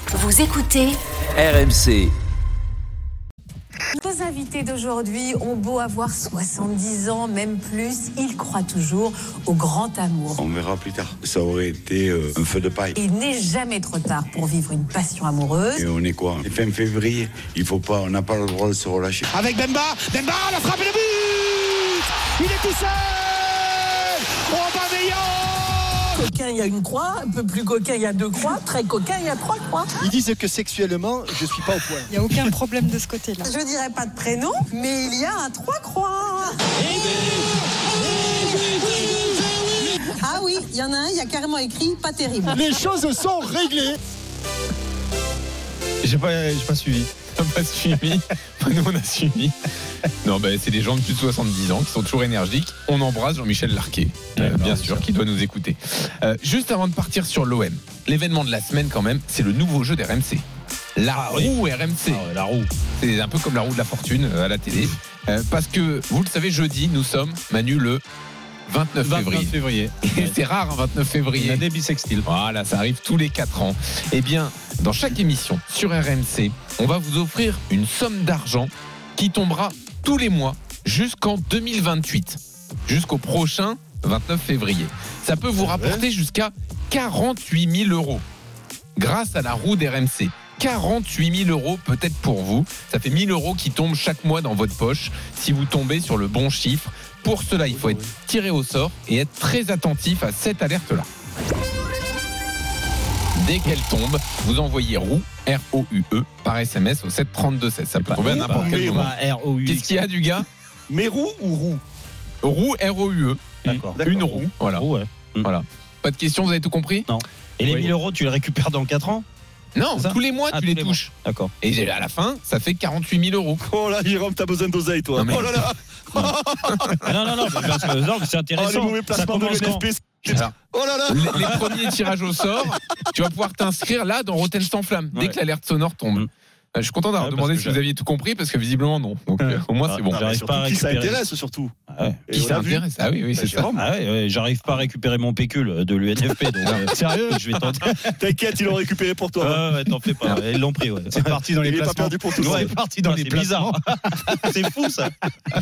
Vous écoutez RMC. Nos invités d'aujourd'hui ont beau avoir 70 ans, même plus, ils croient toujours au grand amour. On verra plus tard. Ça aurait été un feu de paille. Il n'est jamais trop tard pour vivre une passion amoureuse. Et on est quoi ? Fin février. On n'a pas le droit de se relâcher. Avec Bemba, la frappe et le but ! Il est tout seul ! Aubameyang ! Coquin, il y a une croix, un peu plus coquin, il y a 2 croix, très coquin, il y a 3 croix. Ils disent que sexuellement, je suis pas au point. Il n'y a aucun problème de ce côté-là. Je dirais pas de prénom, mais il y a un 3 croix. Ah oui, il y en a un, il y a carrément écrit pas terrible. Les choses sont réglées. J'ai pas suivi. Pas suivi. Nous, on a suivi. Non, c'est des gens de plus de 70 ans qui sont toujours énergiques. On embrasse Jean-Michel Larquet, bien sûr, qui doit nous écouter. Juste avant de partir sur l'OM, l'événement de la semaine, quand même, c'est le nouveau jeu d'RMC. La roue RMC. La roue. C'est un peu comme la roue de la fortune à la télé. Parce que, vous le savez, jeudi, nous sommes, Manu, le 29 février. Et c'est rare, 29 février. Une année bissextile. Voilà, ça arrive tous les 4 ans. Eh bien, dans chaque émission sur RMC, on va vous offrir une somme d'argent qui tombera tous les mois jusqu'en 2028. Jusqu'au prochain 29 février. Ça peut vous rapporter jusqu'à 48 000 euros grâce à la roue d'RMC. 48 000 euros peut-être pour vous. Ça fait 1 000 euros qui tombent chaque mois dans votre poche si vous tombez sur le bon chiffre. Pour cela, il faut être tiré au sort et être très attentif à cette alerte-là. Dès qu'elle tombe, vous envoyez roue, R-O-U-E, par SMS au 732-16. Ça peut tomber à n'importe quel moment. Qu'est-ce qu'il y a du gars ? Mais roue ou roue ? Roue, R-O-U-E. D'accord. Une roue. Voilà. Roue, ouais. Voilà. Pas de questions, vous avez tout compris ? Non. Et les 1 000 euros, tu les récupères dans 4 ans ? Non, tous les mois, tu les touches. D'accord. Et à la fin, ça fait 48 000 euros. Oh là, Jérôme, t'as besoin d'oseille, toi. Non, Oh là là. Non, parce que c'est intéressant. Les mauvais placements de l'NFP. Alors, Oh là là. les premiers tirages au sort, tu vas pouvoir t'inscrire là dans Rotten sans flamme, dès que l'alerte sonore tombe. Je suis content d'avoir demandé si vous aviez tout compris, parce que visiblement non. Donc au moins c'est bon. J'arrive pas à récupérer. Qui ça intéresse surtout. Qui ça intéresse ? Ah oui, c'est ça. J'arrive pas à récupérer mon pécule de l'UNFP. Donc sérieux, je vais tenter. T'inquiète, ils l'ont récupéré pour toi. Ouais, t'en fais pas. Ils l'ont pris. C'est parti dans les placements. Il est pas perdu pour tout le monde. C'est parti dans les placements. C'est fou ça.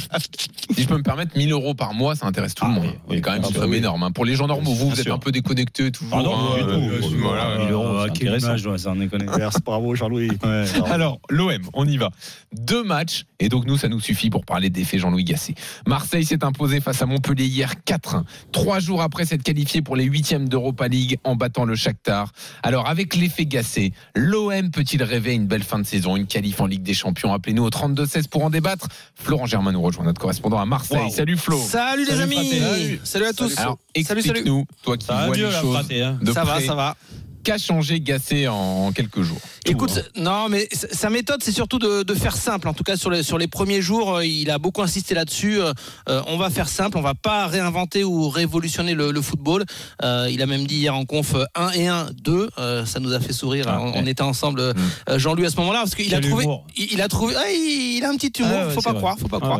Si je peux me permettre, 1 000 euros par mois, ça intéresse tout le monde. C'est quand même une somme énorme. Pour les gens normaux, vous êtes un peu déconnectés toujours. Non, du tout. 1 000 euros, c'est intéressant. Ça en déconne. Bravo Jean-Louis. Alors, l'OM, on y va. 2 matchs, et donc nous, ça nous suffit pour parler des faits Jean-Louis Gasset. Marseille s'est imposé face à Montpellier hier 4-1. 3 jours après s'être qualifié pour les 8e d'Europa League en battant le Shakhtar. Alors, avec l'effet Gasset, l'OM peut-il rêver une belle fin de saison, une qualif en Ligue des Champions ? Appelez-nous au 32-16 pour en débattre. Florent Germain nous rejoint, notre correspondant à Marseille. Wow. Salut Flo. Salut les amis. Salut à tous. Alors, explique-nous, toi qui vois les choses de près. Ça va. Qu'a changé Gasset en quelques jours ? Écoute, non, mais sa méthode, c'est surtout de faire simple. En tout cas, sur les premiers jours, il a beaucoup insisté là-dessus. On va faire simple, on va pas réinventer ou révolutionner le football. Il a même dit hier en conf 1 et 1, 2. Ça nous a fait sourire. On était ensemble, Jean-Louis, à ce moment-là, parce qu'il a trouvé. Il a trouvé. Il a un petit humour. Faut pas croire.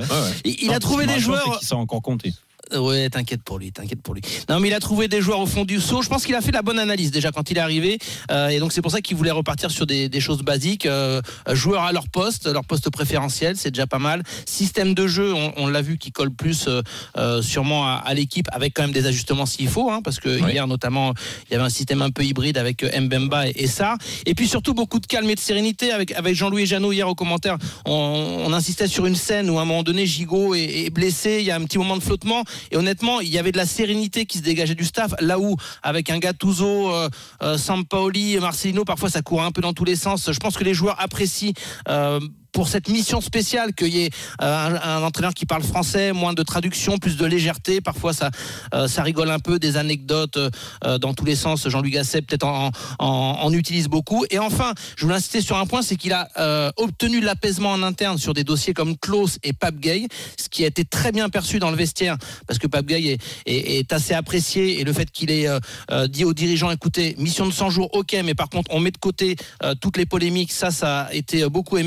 Il a trouvé des joueurs qui sont encore comptés. Ouais, t'inquiète pour lui. Non, mais il a trouvé des joueurs au fond du seau. Je pense qu'il a fait la bonne analyse déjà quand il est arrivé. Et donc c'est pour ça qu'il voulait repartir sur des choses basiques. Joueurs à leur poste préférentiel, c'est déjà pas mal. Système de jeu, on l'a vu, qui colle plus sûrement à l'équipe, avec quand même des ajustements s'il faut, parce que hier notamment il y avait un système un peu hybride avec Mbemba et Sarr. Et puis surtout beaucoup de calme et de sérénité avec Jean-Louis et Jeannot hier au commentaire. On insistait sur une scène où à un moment donné Gigot est blessé. Il y a un petit moment de flottement. Et honnêtement, il y avait de la sérénité qui se dégageait du staff. Là où, avec un Gattuso, Sampaoli, Marcelino, parfois ça court un peu dans tous les sens. Je pense que les joueurs apprécient pour cette mission spéciale qu'il y ait un entraîneur qui parle français, moins de traduction, plus de légèreté. Parfois ça rigole un peu, des anecdotes dans tous les sens. Jean-Louis Gasset peut-être en utilise beaucoup. Et enfin, je voulais insister sur un point, c'est qu'il a obtenu l'apaisement en interne sur des dossiers comme Klose et Pape Gueye, ce qui a été très bien perçu dans le vestiaire, parce que Pape Gueye est assez apprécié, et le fait qu'il ait dit aux dirigeants, écoutez, mission de 100 jours, ok, mais par contre on met de côté toutes les polémiques, ça a été beaucoup aimé. Et puis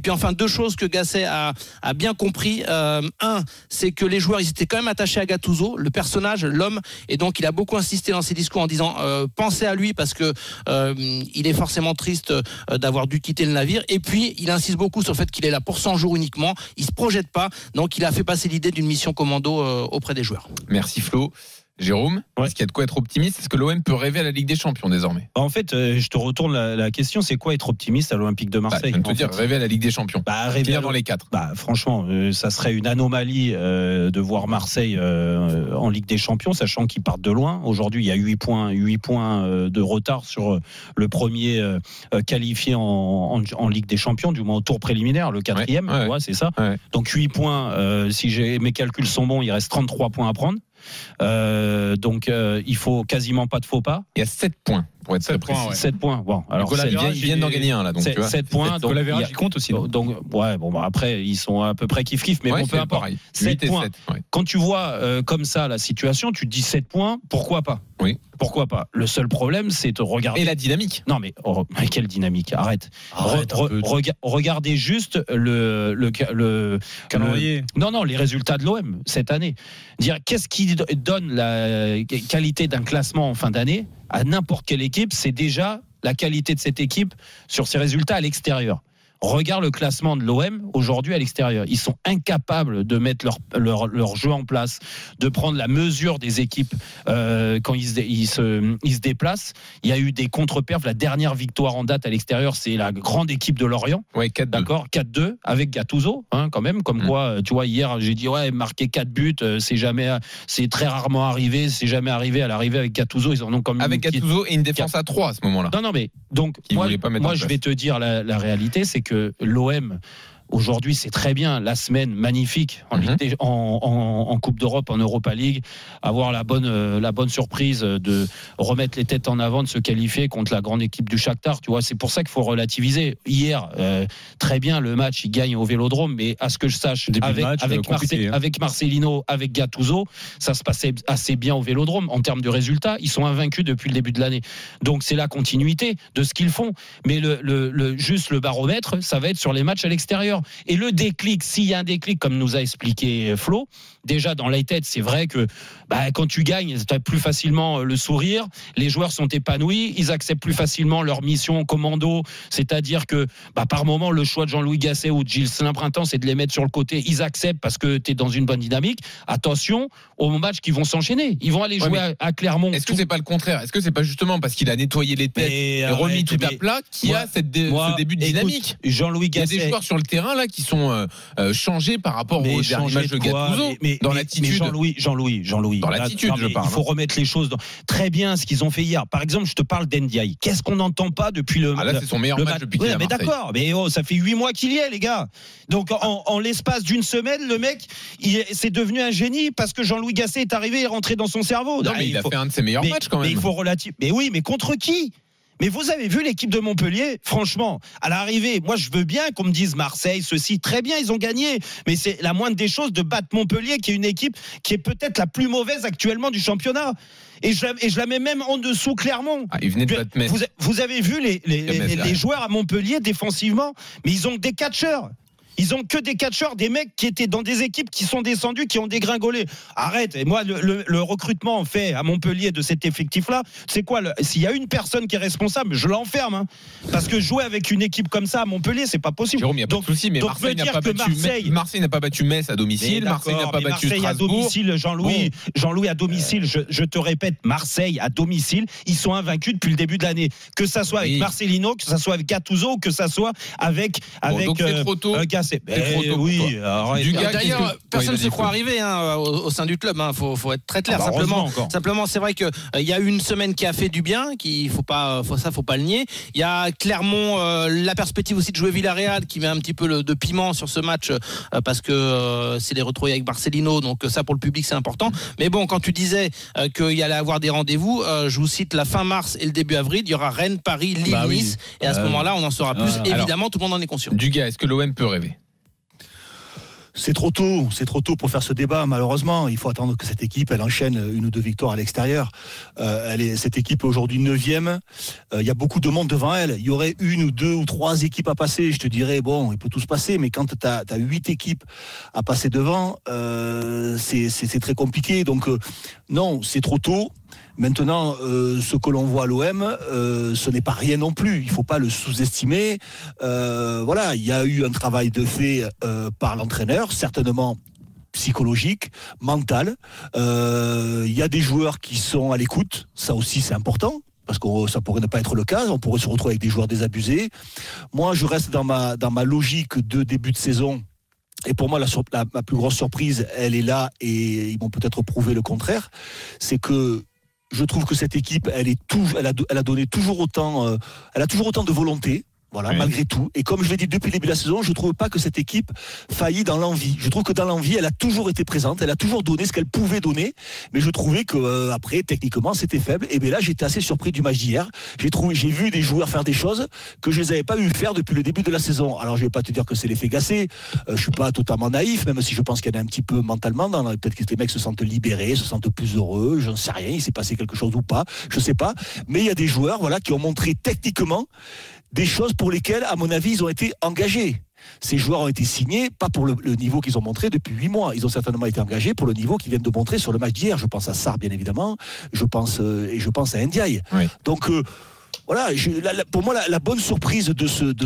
puis enfin, deux choses que Gasset a bien compris. Un, c'est que les joueurs, ils étaient quand même attachés à Gattuso, le personnage, l'homme, et donc il a beaucoup insisté dans ses discours en disant pensez à lui parce que il est forcément triste d'avoir dû quitter le navire. Et puis il insiste beaucoup sur le fait qu'il est là pour 100 jours uniquement. Il se projette pas, donc il a fait passer l'idée d'une mission commando auprès des joueurs. Merci Flo. Jérôme, est-ce qu'il y a de quoi être optimiste? Est-ce que l'OM peut rêver à la Ligue des Champions désormais? En fait, je te retourne la question, c'est quoi être optimiste à l'Olympique de Marseille? Je viens de te dire, rêver à la Ligue des Champions. Finir dans les 4. Franchement, ça serait une anomalie de voir Marseille en Ligue des Champions, sachant qu'ils partent de loin. Aujourd'hui, il y a 8 points de retard sur le premier qualifié en Ligue des Champions, du moins au tour préliminaire, le 4e, c'est ça. Ouais. Donc 8 points, si mes calculs sont bons, il reste 33 points à prendre. Donc il faut quasiment pas de faux pas. Il y a 7 points pour être 7 précis. 7 points. Bon, alors ils viennent d'en gagner un là, donc 7 points. Donc l'avérage compte aussi. Donc après ils sont à peu près kiff mais bon, peu importe. 7 points. 7, Quand tu vois comme ça la situation, tu te dis 7 points, pourquoi pas? Oui. Pourquoi pas? Le seul problème, c'est de regarder. Et la dynamique. Non, mais quelle dynamique? Arrête. Regardez juste le calendrier. Non, les résultats de l'OM cette année. Dire qu'est-ce qui donne la qualité d'un classement en fin d'année à n'importe quelle équipe, c'est déjà la qualité de cette équipe sur ses résultats à l'extérieur. Regarde le classement de l'OM aujourd'hui à l'extérieur. Ils sont incapables de mettre leur jeu en place, de prendre la mesure des équipes quand ils se déplacent. Il y a eu des contre-perfs. La dernière victoire en date à l'extérieur, c'est la grande équipe de Lorient. Ouais, 4-2. D'accord, 4-2 avec Gattuso, quand même. Comme quoi, tu vois, hier j'ai dit marquer 4 buts, c'est très rarement arrivé. C'est jamais arrivé à l'arrivée avec Gattuso. Ils en ont comme avec Gattuso et une défense à 3 à ce moment-là. Non, mais donc moi je vais te dire la réalité, c'est que l'OM aujourd'hui, c'est très bien la semaine magnifique en Coupe d'Europe, en Europa League, avoir la bonne surprise de remettre les têtes en avant, de se qualifier contre la grande équipe du Shakhtar. Tu vois, c'est pour ça qu'il faut relativiser. Hier, très bien, le match, il gagne au Vélodrome, mais à ce que je sache, avec Marcelino, avec Gattuso, ça se passait assez bien au Vélodrome en termes de résultats. Ils sont invaincus depuis le début de l'année. Donc c'est la continuité de ce qu'ils font. Mais juste le baromètre, ça va être sur les matchs à l'extérieur. Et le déclic, s'il y a un déclic, comme nous a expliqué Flo, déjà dans les têtes, c'est vrai que quand tu gagnes, tu as plus facilement le sourire, les joueurs sont épanouis, ils acceptent plus facilement leur mission en commando, c'est-à-dire que par moment, le choix de Jean-Louis Gasset ou de Gilles Saint-Printemps, c'est de les mettre sur le côté, ils acceptent parce que tu es dans une bonne dynamique. Attention aux matchs qui vont s'enchaîner, ils vont aller jouer à Clermont. Est-ce que c'est pas le contraire? Est-ce que c'est pas justement parce qu'il a nettoyé les têtes et remis tout à plat qu'il y a ce début de dynamique? Jean-Louis Gasset, il y a des joueurs sur le terrain là qui sont changés par rapport au dernier match de Gattuso dans l'attitude. Jean-Louis. Dans l'attitude, je parle. Il faut remettre les choses très bien ce qu'ils ont fait hier. Par exemple, je te parle d'Ndiaye. Qu'est-ce qu'on n'entend pas depuis le là, c'est son meilleur match depuis qu'il est à Marseille. Mais d'accord, mais ça fait 8 mois qu'il y est, les gars. Donc en l'espace d'une semaine, le mec, c'est devenu un génie parce que Jean-Louis Gasset est arrivé et rentré dans son cerveau. Non, mais il a fait un de ses meilleurs matchs quand même. Mais il faut mais oui, mais contre qui? Mais vous avez vu l'équipe de Montpellier, franchement, à l'arrivée, moi je veux bien qu'on me dise Marseille, ceci, très bien, ils ont gagné, mais c'est la moindre des choses de battre Montpellier, qui est une équipe qui est peut-être la plus mauvaise actuellement du championnat. Et je la mets même en dessous Clermont. Il venait de battre Metz. Vous avez vu les joueurs à Montpellier défensivement, mais ils ont des catcheurs. Ils ont que des catcheurs, des mecs qui étaient dans des équipes qui sont descendues, qui ont dégringolé. Arrête. Et moi, le recrutement fait à Montpellier de cet effectif-là, c'est quoi? S'il y a une personne qui est responsable, je l'enferme. Parce que jouer avec une équipe comme ça à Montpellier, c'est pas possible. Jérôme, il n'y a pas de souci, mais Marseille n'a pas battu Metz à domicile. Marseille n'a pas battu Strasbourg. À domicile, Jean-Louis à domicile. Je te répète, Marseille à domicile, ils sont invaincus depuis le début de l'année. Que ça soit avec Marcelino, que ça soit avec Gattuso, que ça soit avec donc c'est trop tôt. Oui, d'ailleurs, personne ne se croit arrivé au sein du club. Faut être très clair. Simplement, c'est vrai que il y a eu une semaine qui a fait du bien, faut pas le nier. Il y a Clermont, la perspective aussi de jouer Villarreal, qui met un petit peu de piment sur ce match parce que c'est les retrouvailles avec Marcelino. Donc ça, pour le public, c'est important. Mais bon, quand tu disais qu'il y allait avoir des rendez-vous, je vous cite la fin mars et le début avril. Il y aura Rennes, Paris, Lille, Nice. Et à ce moment-là, on en saura plus. Évidemment, tout le monde en est conscient. Dugas, est-ce que l'OM peut rêver? C'est trop tôt pour faire ce débat, malheureusement. Il faut attendre que cette équipe, elle enchaîne une ou deux victoires à l'extérieur. Cette équipe est aujourd'hui 9e. Il y a beaucoup de monde devant elle. Il y aurait 1 ou 2 ou 3 équipes à passer. Je te dirais, bon, il peut tout se passer, mais quand tu as 8 équipes à passer devant, c'est très compliqué. Donc, non, c'est trop tôt. Maintenant, ce que l'on voit à l'OM, ce n'est pas rien non plus. Il ne faut pas le sous-estimer. Voilà, il y a eu un travail de fait par l'entraîneur, certainement psychologique, mental. Il y a des joueurs qui sont à l'écoute. Ça aussi, c'est important. Parce que ça pourrait ne pas être le cas, on pourrait se retrouver avec des joueurs désabusés. Moi, je reste dans ma logique de début de saison. Et pour moi, la plus grosse surprise, elle est là, et ils vont peut-être prouver le contraire. C'est que je trouve que cette équipe, elle a donné toujours autant, elle a toujours autant de volonté. Voilà, oui. Malgré tout. Et comme je l'ai dit depuis le début de la saison, je ne trouve pas que cette équipe faillit dans l'envie. Je trouve que dans l'envie, elle a toujours été présente, elle a toujours donné ce qu'elle pouvait donner. Mais je trouvais que après, techniquement, c'était faible. Et bien là, j'étais assez surpris du match d'hier. J'ai vu des joueurs faire des choses que je ne les avais pas vu faire depuis le début de la saison. Alors, je ne vais pas te dire que c'est l'effet Gasset. Je ne suis pas totalement naïf, même si je pense qu'il y en a un petit peu mentalement. Peut-être que les mecs se sentent libérés, se sentent plus heureux. Je ne sais rien. Il s'est passé quelque chose ou pas. Je ne sais pas. Mais il y a des joueurs, voilà, qui ont montré techniquement des choses pour lesquelles, à mon avis, ils ont été engagés. Ces joueurs ont été signés, pas pour le niveau qu'ils ont montré depuis 8 mois. Ils ont certainement été engagés pour le niveau qu'ils viennent de montrer sur le match d'hier. Je pense à Sarr, bien évidemment. Je pense à Ndiaye. Oui. Donc, voilà, pour moi, la bonne surprise de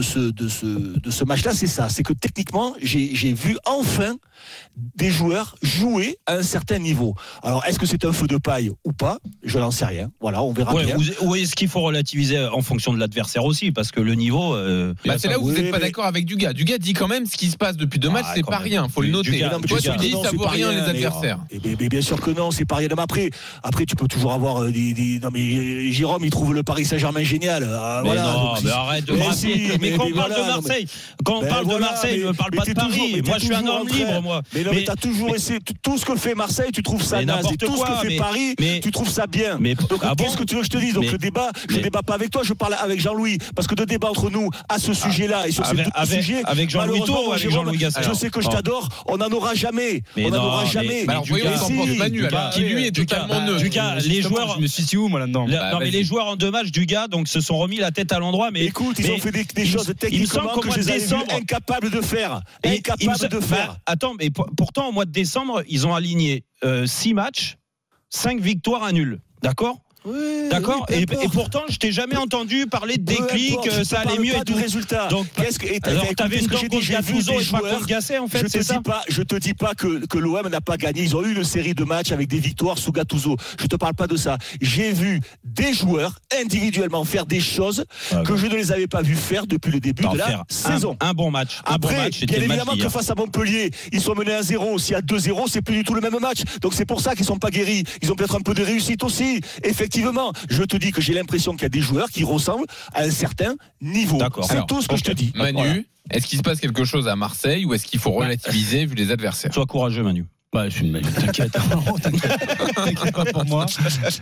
ce match-là, c'est ça. C'est que techniquement, j'ai vu enfin des joueurs jouer à un certain niveau. Alors, est-ce que c'est un feu de paille ou pas ? Je n'en sais rien. Voilà, on verra bien. Ou est-ce qu'il faut relativiser en fonction de l'adversaire aussi ? Parce que le niveau... c'est là où vous n'êtes pas d'accord avec Dugas. Dugas dit quand même ce qui se passe depuis 2 matchs, c'est pas rien. Il faut le noter. Toi, tu dis ça vaut rien les adversaires. Mais bien sûr que non, c'est pas rien. Après, tu peux toujours avoir des... Non, mais Jérôme, il trouve le Paris Saint-Germain génial. Voilà, non, mais arrête de braquer. Mais quand on parle de Marseille, on ne parle pas de Paris. Moi, je suis un homme libre, moi. Mais t'as toujours essayé, tout ce que fait Marseille, tu trouves ça naze, et tout ce que fait Paris, tu trouves ça bien. Donc qu'est-ce que tu veux que je te dise ? Donc le débat, je ne débat pas avec toi, je parle avec Jean-Louis, parce que de débat entre nous à ce sujet-là et sur ces deux sujets, avec Jean-Louis Tour ou avec Jean-Louis Gasset, je sais que je t'adore, on n'en aura jamais. On n'en aura jamais. Alors voyons ce qu'en pense Manu, qui lui est totalement neutre. Dugas, les joueurs, je me suis où moi là-dedans ? Non mais les joueurs en 2 matchs, Dugas, donc se sont remis la tête à l'endroit. Mais écoute, ils ont fait des choses techniquement que je les avais vus incapables de faire. Attends, mais pourtant au mois de décembre, ils ont aligné 6 matchs, 5 victoires, 1 nul. D'accord ? Oui, d'accord. Et pourtant, je t'ai jamais entendu parler de déclic, ça allait mieux et tout. Résultat. Donc, t'avais une dent contre Gattuso et pas contre Gasset, en fait, c'est ça ? Je te dis pas que l'OM n'a pas gagné. Ils ont eu une série de matchs avec des victoires sous Gattuso. Je te parle pas de ça. J'ai vu des joueurs individuellement faire des choses que je ne les avais pas vus faire depuis le début de la saison. Un bon match. Après, bien évidemment que face à Montpellier, ils sont menés à 0. S'il y a 2-0, c'est plus du tout le même match. Donc c'est pour ça qu'ils sont pas guéris. Ils ont peut-être un peu de réussite aussi. Effectivement, je te dis que j'ai l'impression qu'il y a des joueurs qui ressemblent à un certain niveau. D'accord. C'est tout ce que je te dis. Manu, est-ce qu'il se passe quelque chose à Marseille ou est-ce qu'il faut relativiser vu les adversaires ? Sois courageux, Manu. Bah, je suis une t'inquiète. T'inquiète pas pour moi.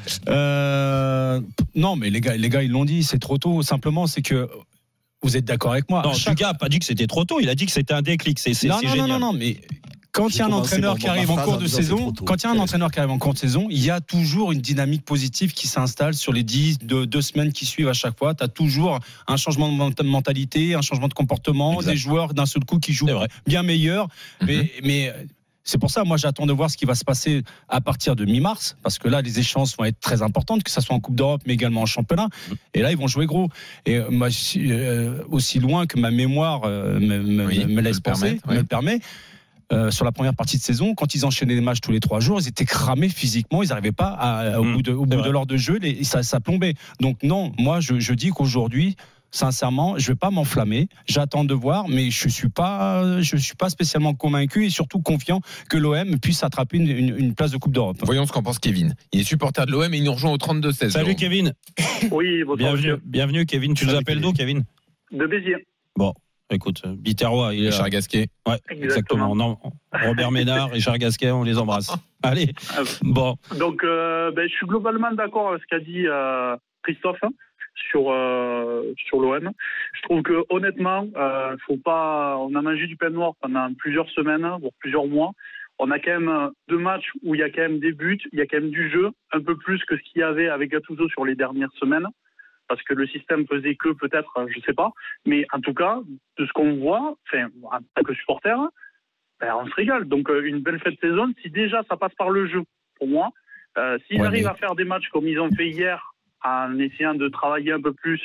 Non, mais les gars, ils l'ont dit, c'est trop tôt. Simplement, c'est que vous êtes d'accord avec moi. Non, Dugas n'a pas dit que c'était trop tôt. Il a dit que c'était un déclic. C'est génial. Non, mais quand il y a un entraîneur qui arrive en cours de saison, il y a toujours une dynamique positive qui s'installe sur les 2 semaines qui suivent à chaque fois. Tu as toujours un changement de mentalité, un changement de comportement, exact. Des joueurs d'un seul coup qui jouent bien meilleurs. Mais c'est pour ça, moi, j'attends de voir ce qui va se passer à partir de mi-mars, parce que là, les échéances vont être très importantes, que ce soit en Coupe d'Europe, mais également en championnat. Et là, ils vont jouer gros. Et moi, aussi loin que ma mémoire me laisse penser, me le permet. Sur la première partie de saison, quand ils enchaînaient les matchs tous les 3 jours, ils étaient cramés physiquement, ils n'arrivaient pas au bout de leur de jeu, ça plombait. Donc non, moi je dis qu'aujourd'hui, sincèrement, je ne vais pas m'enflammer, j'attends de voir, mais je suis pas spécialement convaincu et surtout confiant que l'OM puisse attraper une place de Coupe d'Europe. Voyons ce qu'en pense Kevin. Il est supporter de l'OM et il nous rejoint au 32-16. Salut Kevin. Oui, bonsoir. Bienvenue Kevin, tu nous appelles d'où Kevin ? De Béziers. Bon. Écoute, Biterrois, il est Richard Gasquet. Ouais, exactement. Non, Robert Ménard, Richard Gasquet, on les embrasse. Allez, bon. Donc, je suis globalement d'accord avec ce qu'a dit Christophe. sur l'OM. Je trouve que honnêtement, faut pas. On a mangé du pain noir pendant plusieurs semaines, voire plusieurs mois. On a quand même 2 matchs où il y a quand même des buts, il y a quand même du jeu, un peu plus que ce qu'il y avait avec Gattuso sur les dernières semaines, parce que le système faisait que peut-être, je sais pas. Mais en tout cas, de ce qu'on voit, enfin, en tant que supporter, on se régale. Donc une belle fête de saison, si déjà ça passe par le jeu, pour moi, s'ils arrivent à faire des matchs comme ils ont fait hier, en essayant de travailler un peu plus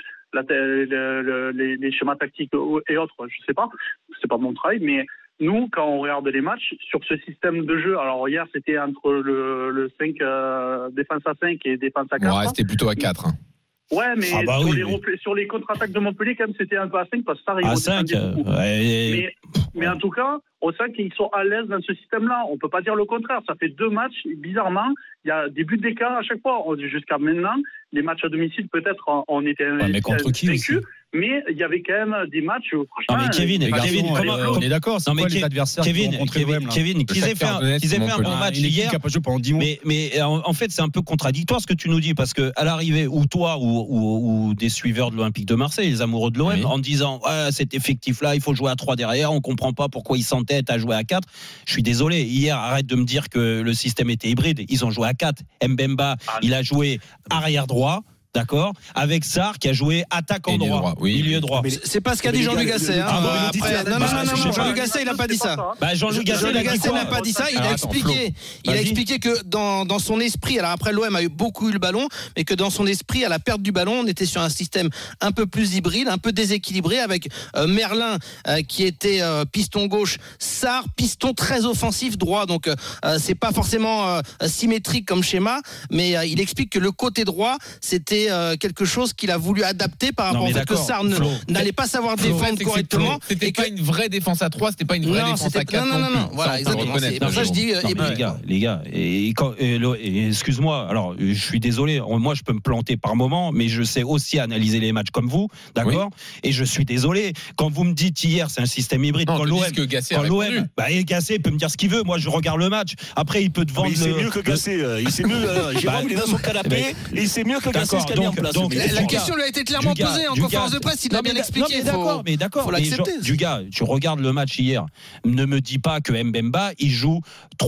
les schémas tactiques et autres, je sais pas, c'est pas mon travail, mais nous, quand on regarde les matchs, sur ce système de jeu, alors hier c'était entre le 5 défense à 5 et défense à 4. Ouais, c'était plutôt à 4. Ouais, mais sur les contre-attaques de Montpellier, quand même, c'était un peu à 5 parce que ça arrive. À 5 mais en tout cas, on sent qu'ils sont à l'aise dans ce système-là. On ne peut pas dire le contraire. Ça fait 2 matchs, bizarrement, il y a des buts d'écart à chaque fois. Jusqu'à maintenant, les matchs à domicile, peut-être, on était vaincus. Mais il y avait quand même des matchs. Non, mais Kevin, on est d'accord. C'est quoi les adversaires Kevin, qu'ils aient fait un bon match hier. Mais en fait, c'est un peu contradictoire ce que tu nous dis, parce que à l'arrivée, ou toi, ou des suiveurs de l'Olympique de Marseille, les amoureux de l'OM, en disant cet effectif-là, il faut jouer à 3 derrière, on comprend pas pourquoi ils s'entêtent à jouer à 4. Je suis désolé. Hier, arrête de me dire que le système était hybride. Ils ont joué à 4. Mbemba, il a joué arrière droit. D'accord, avec Sarr qui a joué attaquant droit, milieu droit. C'est pas ce qu'a dit Jean-Louis Gasset. Non, Jean-Louis Gasset, il n'a pas dit ça. Jean-Louis Gasset n'a pas dit ça. Il a expliqué que dans son esprit, alors après l'OM a beaucoup eu le ballon, mais que dans son esprit, à la perte du ballon, on était sur un système un peu plus hybride, un peu déséquilibré, avec Merlin qui était piston gauche, Sarr piston très offensif droit. Donc c'est pas forcément symétrique comme schéma, mais il explique que le côté droit, c'était quelque chose qu'il a voulu adapter par rapport au fait que Sarr n'allait pas savoir défendre correctement. C'était pas une vraie défense à 3, c'était pas une vraie défense à 4. Non, voilà, exactement. C'est pour ça que je dis les gars, excuse-moi, alors je suis désolé, moi je peux me planter par moment, mais je sais aussi analyser les matchs comme vous, d'accord ? Et je suis désolé, quand vous me dites hier c'est un système hybride, quand l'OM, Gasset peut me dire ce qu'il veut, moi je regarde le match, après il peut te vendre. C'est mieux que Gasset, il sait mieux, Jérôme il est dans son canapé, et il sait mieux que Gasset. Donc, la question lui a été clairement posée en conférence de presse, il l'a bien expliqué. Faut l'accepter. Du gars, tu regardes le match hier, ne me dis pas que Mbemba, il joue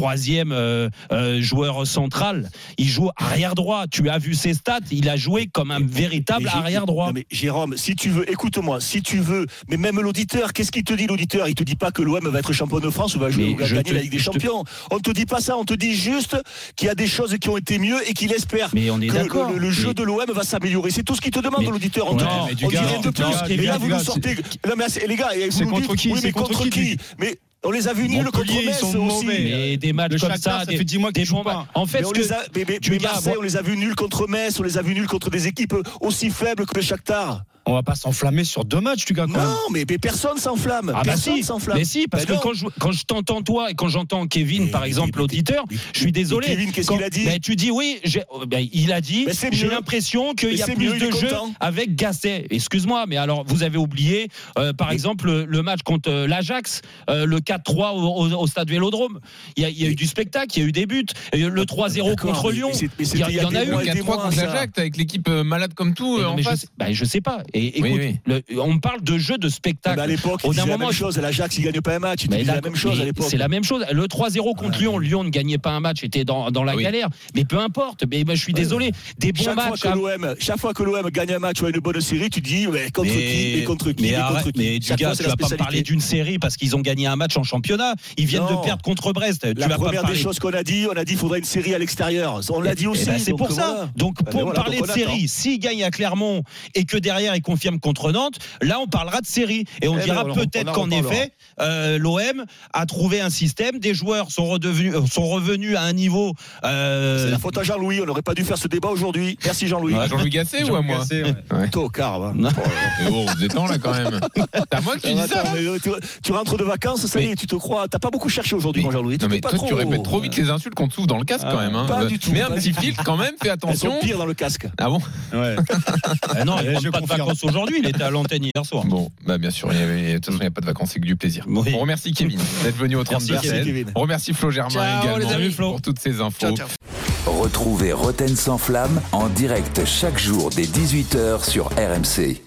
3e joueur central, il joue arrière droit. Tu as vu ses stats, il a joué comme un véritable arrière droit. Non mais Jérôme, si tu veux, écoute-moi, si tu veux, mais même l'auditeur, qu'est-ce qu'il te dit l'auditeur ? Il te dit pas que l'OM va être champion de France ou va gagner la Ligue des Champions. On te dit pas ça, on te dit juste qu'il y a des choses qui ont été mieux et qu'il espère que le jeu de l'OM va s'améliorer. C'est tout ce qu'il te demande l'auditeur. On dit rien de plus. Et là vous nous sortez. Les gars, c'est contre qui ? Oui, mais contre qui ? Mais on les a vus nuls contre Metz aussi. Mais des matchs comme ça, ça fait 10 mois qu'ils jouent pas. En fait, Marseille, on les a vus nuls contre Metz, on les a vus nuls contre des équipes aussi faibles que le Shakhtar. On va pas s'enflammer sur 2 matchs, tu gars. Non, mais personne s'enflamme. Personne s'enflamme. Mais si, parce que quand je t'entends toi et quand j'entends Kevin, par exemple, l'auditeur, je suis désolé. Kevin, qu'est-ce qu'il a dit ? Tu dis oui. Il a dit. J'ai l'impression qu'il y a plus de jeu avec Gasset. Excuse-moi, mais alors vous avez oublié, par exemple, le match contre l'Ajax, le 4-3 au Stade Vélodrome. Il y a eu du spectacle, il y a eu des buts. Le 3-0 contre Lyon. Il y en a eu. Le 4-3 contre l'Ajax avec l'équipe malade comme tout en face. Je sais pas. Et écoute, on parle de jeu de spectacle. À l'époque, il disait la même chose. L'Ajax, il gagne pas un match. Il disait la même chose à l'époque. C'est la même chose. Le 3-0 contre Lyon, Lyon ne gagnait pas un match, était dans la galère. Mais peu importe. Mais je suis désolé. Des bons matchs. Chaque fois que l'OM gagne un match ou une bonne série, tu dis contre qui. Mais du gars, tu vas pas me parler d'une série parce qu'ils ont gagné un match en championnat. Ils viennent de perdre contre Brest. La première des choses qu'on a dit, il faudrait une série à l'extérieur. On l'a dit aussi. C'est pour ça. Donc pour parler de série, s'ils gagnent à Clermont et que derrière ils confirment contre Nantes, là on parlera de série et on dira peut-être qu'en effet l'OM a trouvé un système, des joueurs sont revenus à un niveau. C'est la faute à Jean-Louis, on n'aurait pas dû faire ce débat aujourd'hui. Merci Jean-Louis. Jean-Louis Gasset ou à moi? Tocard. Mais bon, vous êtes là quand même. C'est à moi qui dis ça. Tu rentres de vacances, ça y est, tu te crois. T'as pas beaucoup cherché aujourd'hui, mon Jean-Louis. Non mais toi tu répètes trop vite les insultes qu'on te souffle dans le casque quand même. Pas du tout. Mais un petit filtre quand même, fais attention. Elles sont pires dans le casque. Ah bon? Ouais. Non, il prend pas de vacances aujourd'hui, il était à l'antenne hier soir. Bon, bien sûr, de toute façon il n'y a pas de vacances, c'est que du plaisir. Oui. On remercie Kevin d'être venu au 32. On remercie Flo Germain également pour toutes ces infos. Ciao. Retrouvez Roten sans flamme en direct chaque jour dès 18h sur RMC.